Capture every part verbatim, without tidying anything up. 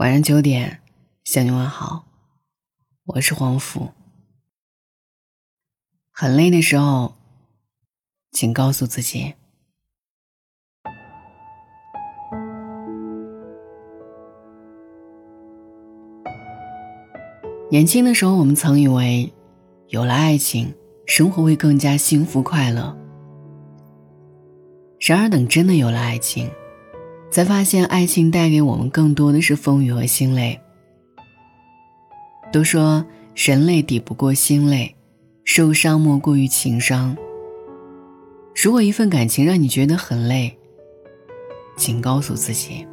晚上九点向你问好，我是黄甫。很累的时候，请告诉自己，年轻的时候我们曾以为有了爱情，生活会更加幸福快乐。然而等真的有了爱情，才发现爱情带给我们更多的是风雨和心累。都说人累抵不过心累，受伤莫过于情伤。如果一份感情让你觉得很累，请告诉自己，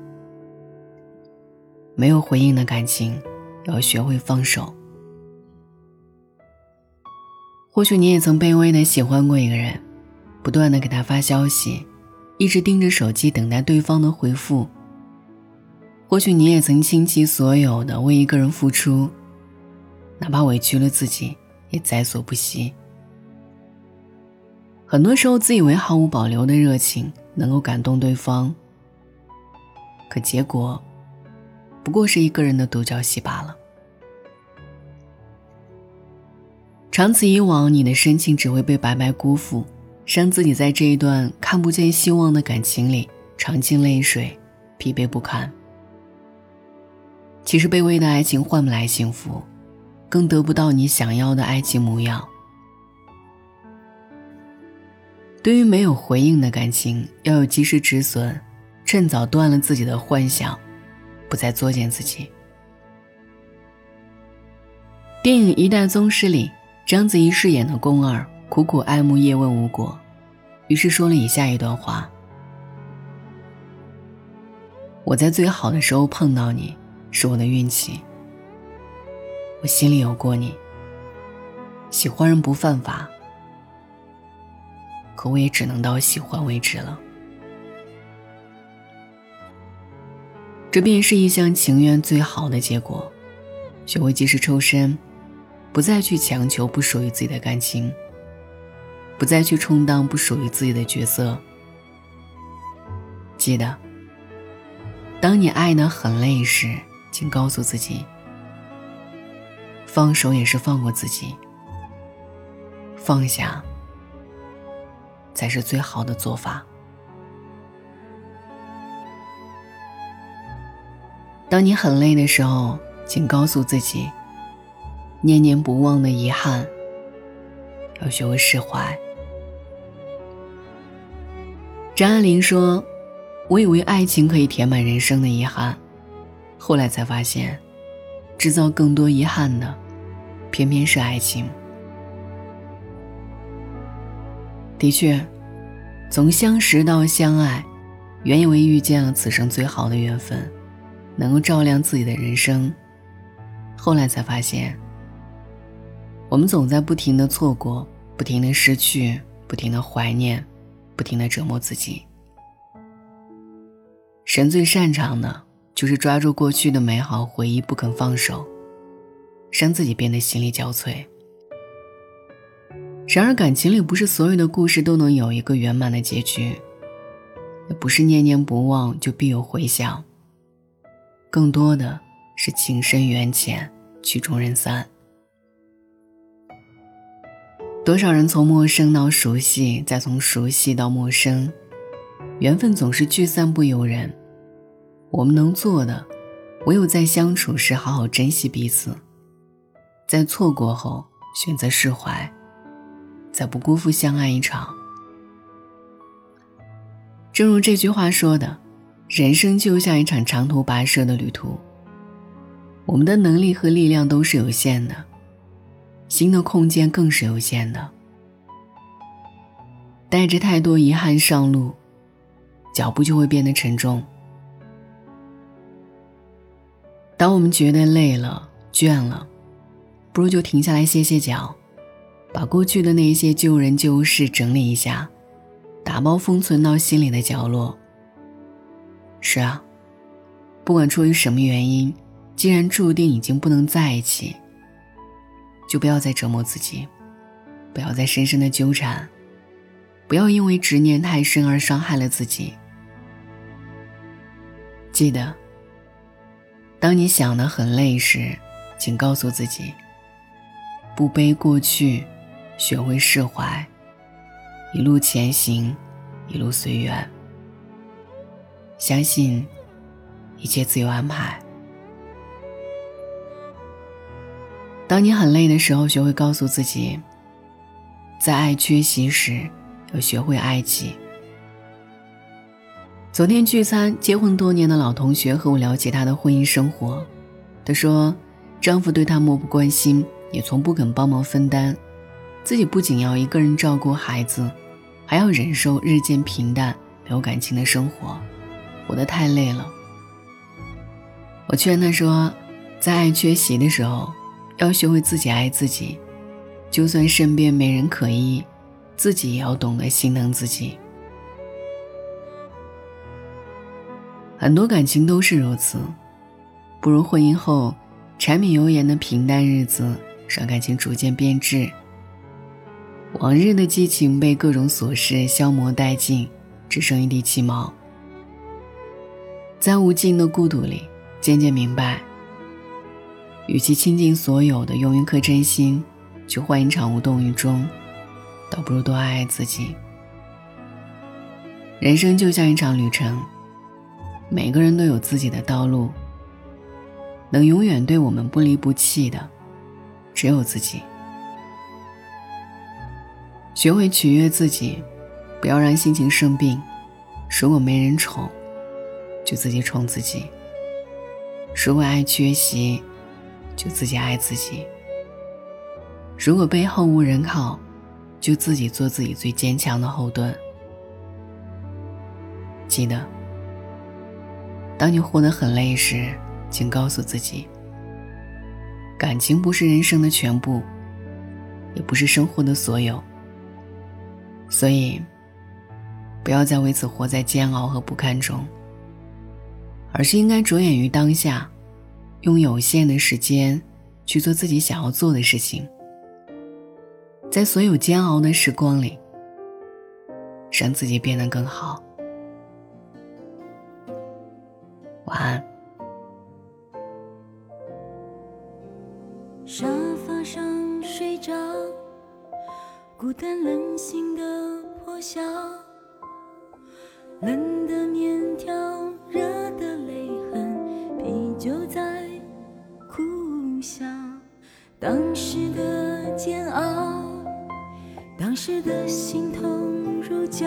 没有回应的感情要学会放手。或许你也曾卑微地喜欢过一个人，不断地给他发消息，一直盯着手机等待对方的回复。或许你也曾倾其所有地为一个人付出，哪怕委屈了自己也在所不惜。很多时候自以为毫无保留的热情能够感动对方，可结果不过是一个人的独角戏罢了。长此以往，你的深情只会被白白辜负，让自己在这一段看不见希望的感情里尝尽泪水，疲惫不堪。其实卑微的爱情换不来幸福，更得不到你想要的爱情模样。对于没有回应的感情，要有及时止损，趁早断了自己的幻想，不再作践自己。电影《一代宗师》里，章子怡饰演的宫二苦苦爱慕叶问无果，于是说了以下一段话：我在最好的时候碰到你，是我的运气。我心里有过你，喜欢人不犯法，可我也只能到喜欢为止了。这便是一厢情愿最好的结果。学会及时抽身，不再去强求不属于自己的感情，不再去充当不属于自己的角色。记得，当你爱得很累时，请告诉自己，放手也是放过自己，放下才是最好的做法。当你很累的时候，请告诉自己，念念不忘的遗憾要学会释怀。张爱玲说，我以为爱情可以填满人生的遗憾，后来才发现，制造更多遗憾的偏偏是爱情。的确，从相识到相爱，原以为遇见了此生最好的缘分，能够照亮自己的人生，后来才发现，我们总在不停地错过，不停地失去，不停地怀念，不停地折磨自己。人最擅长的就是抓住过去的美好回忆不肯放手，让自己变得心力交瘁。然而感情里不是所有的故事都能有一个圆满的结局，也不是念念不忘就必有回响，更多的是情深缘浅，曲终人散。多少人从陌生到熟悉，再从熟悉到陌生，缘分总是聚散不由人。我们能做的，唯有在相处时好好珍惜彼此，在错过后选择释怀，再不辜负相爱一场。正如这句话说的，人生就像一场长途跋涉的旅途，我们的能力和力量都是有限的，心的空间更是有限的。带着太多遗憾上路，脚步就会变得沉重。当我们觉得累了，倦了，不如就停下来歇歇脚，把过去的那些旧人旧事整理一下，打包封存到心里的角落。是啊，不管出于什么原因，既然注定已经不能在一起，就不要再折磨自己，不要再深深的纠缠，不要因为执念太深而伤害了自己。记得，当当你想得很累时，请告诉自己，不背过去，学会释怀，一路前行，一路随缘，相信一切自有安排。当你很累的时候，学会告诉自己，在爱缺席时，要学会爱己。昨天聚餐，结婚多年的老同学和我聊起她的婚姻生活。她说，丈夫对她漠不关心，也从不肯帮忙分担，自己不仅要一个人照顾孩子，还要忍受日渐平淡没有感情的生活，活得太累了。我劝她说，在爱缺席的时候，要学会自己爱自己，就算身边没人可依，自己也要懂得心疼自己。很多感情都是如此，步入婚姻后，柴米油盐的平淡日子让感情逐渐变质，往日的激情被各种琐事消磨殆尽，只剩一地鸡毛。在无尽的孤独里，渐渐明白，与其倾尽所有的用一颗真心去换一场无动于衷，倒不如多爱爱自己。人生就像一场旅程，每个人都有自己的道路，能永远对我们不离不弃的只有自己。学会取悦自己，不要让心情生病。如果没人宠，就自己宠自己；如果爱缺席，就自己爱自己；如果背后无人靠，就自己做自己最坚强的后盾。记得，当你活得很累时，请告诉自己，感情不是人生的全部，也不是生活的所有，所以不要再为此活在煎熬和不堪中，而是应该着眼于当下，用有限的时间去做自己想要做的事情。在所有煎熬的时光里，让自己变得更好。晚安。 沙发上睡着，孤单冷醒的破晓，冷的面条，热的泪痕，啤酒在苦笑。当时的煎熬，当时的心痛如胶，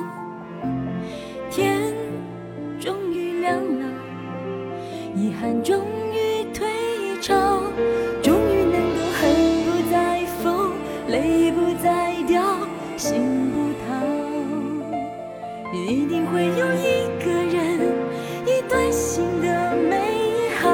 天终于亮了，遗憾终于退潮，终于能够恨不再疯，泪不再掉，心不逃。一定会有一个人，一段新的美好。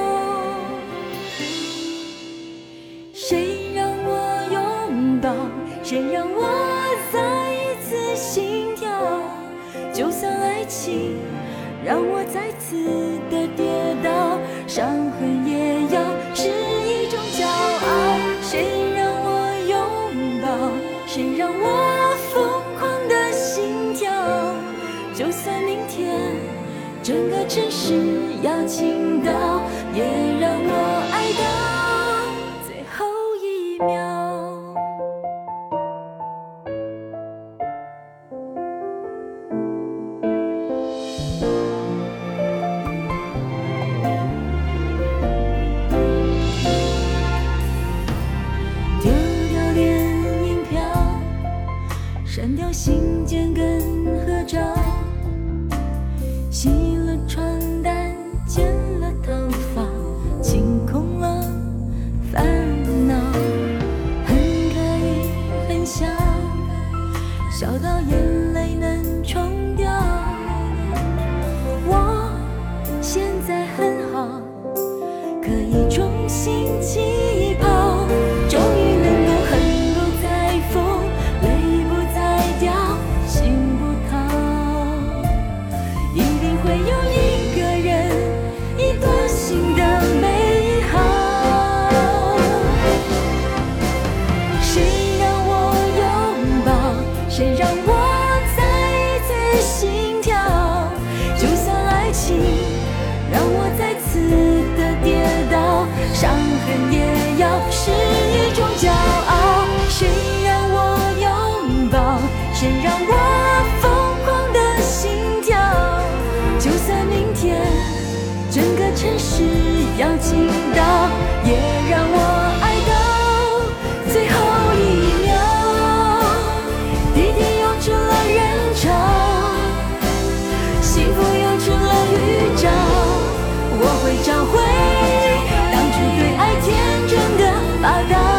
谁让我拥抱，谁让我再一次心跳，就算爱情让我再次的跌倒，伤痕也要是一种骄傲。谁让我拥抱，谁让我疯狂的心跳，就算明天整个城市要倾倒，也让我爱到最后一秒。删掉信件跟合照，洗了床单，剪了头城市要倾倒，也让我爱到最后一秒。滴滴涌出了人潮，幸福涌出了预兆，我会找回当初对爱天真的霸道。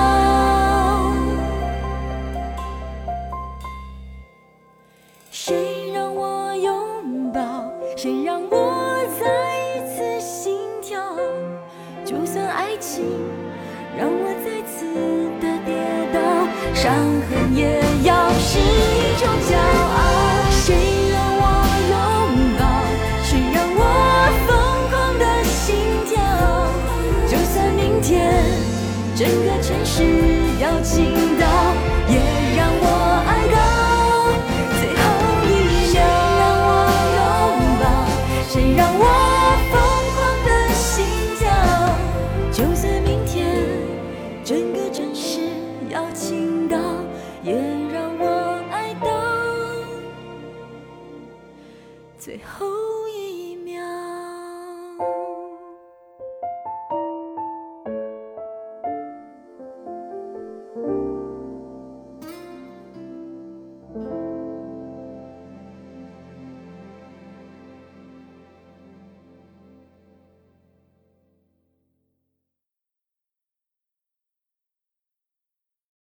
谁让我拥抱，谁让我再一次心跳，就算爱情让我再次的跌倒，伤痕也要是一种骄傲。谁让我拥抱，谁让我疯狂的心跳，就算明天整个城市要倾倒，也让我爱到最后一秒。谁让我疯狂的心跳，就算明天整个城市要倾倒，也让我爱到最后一秒。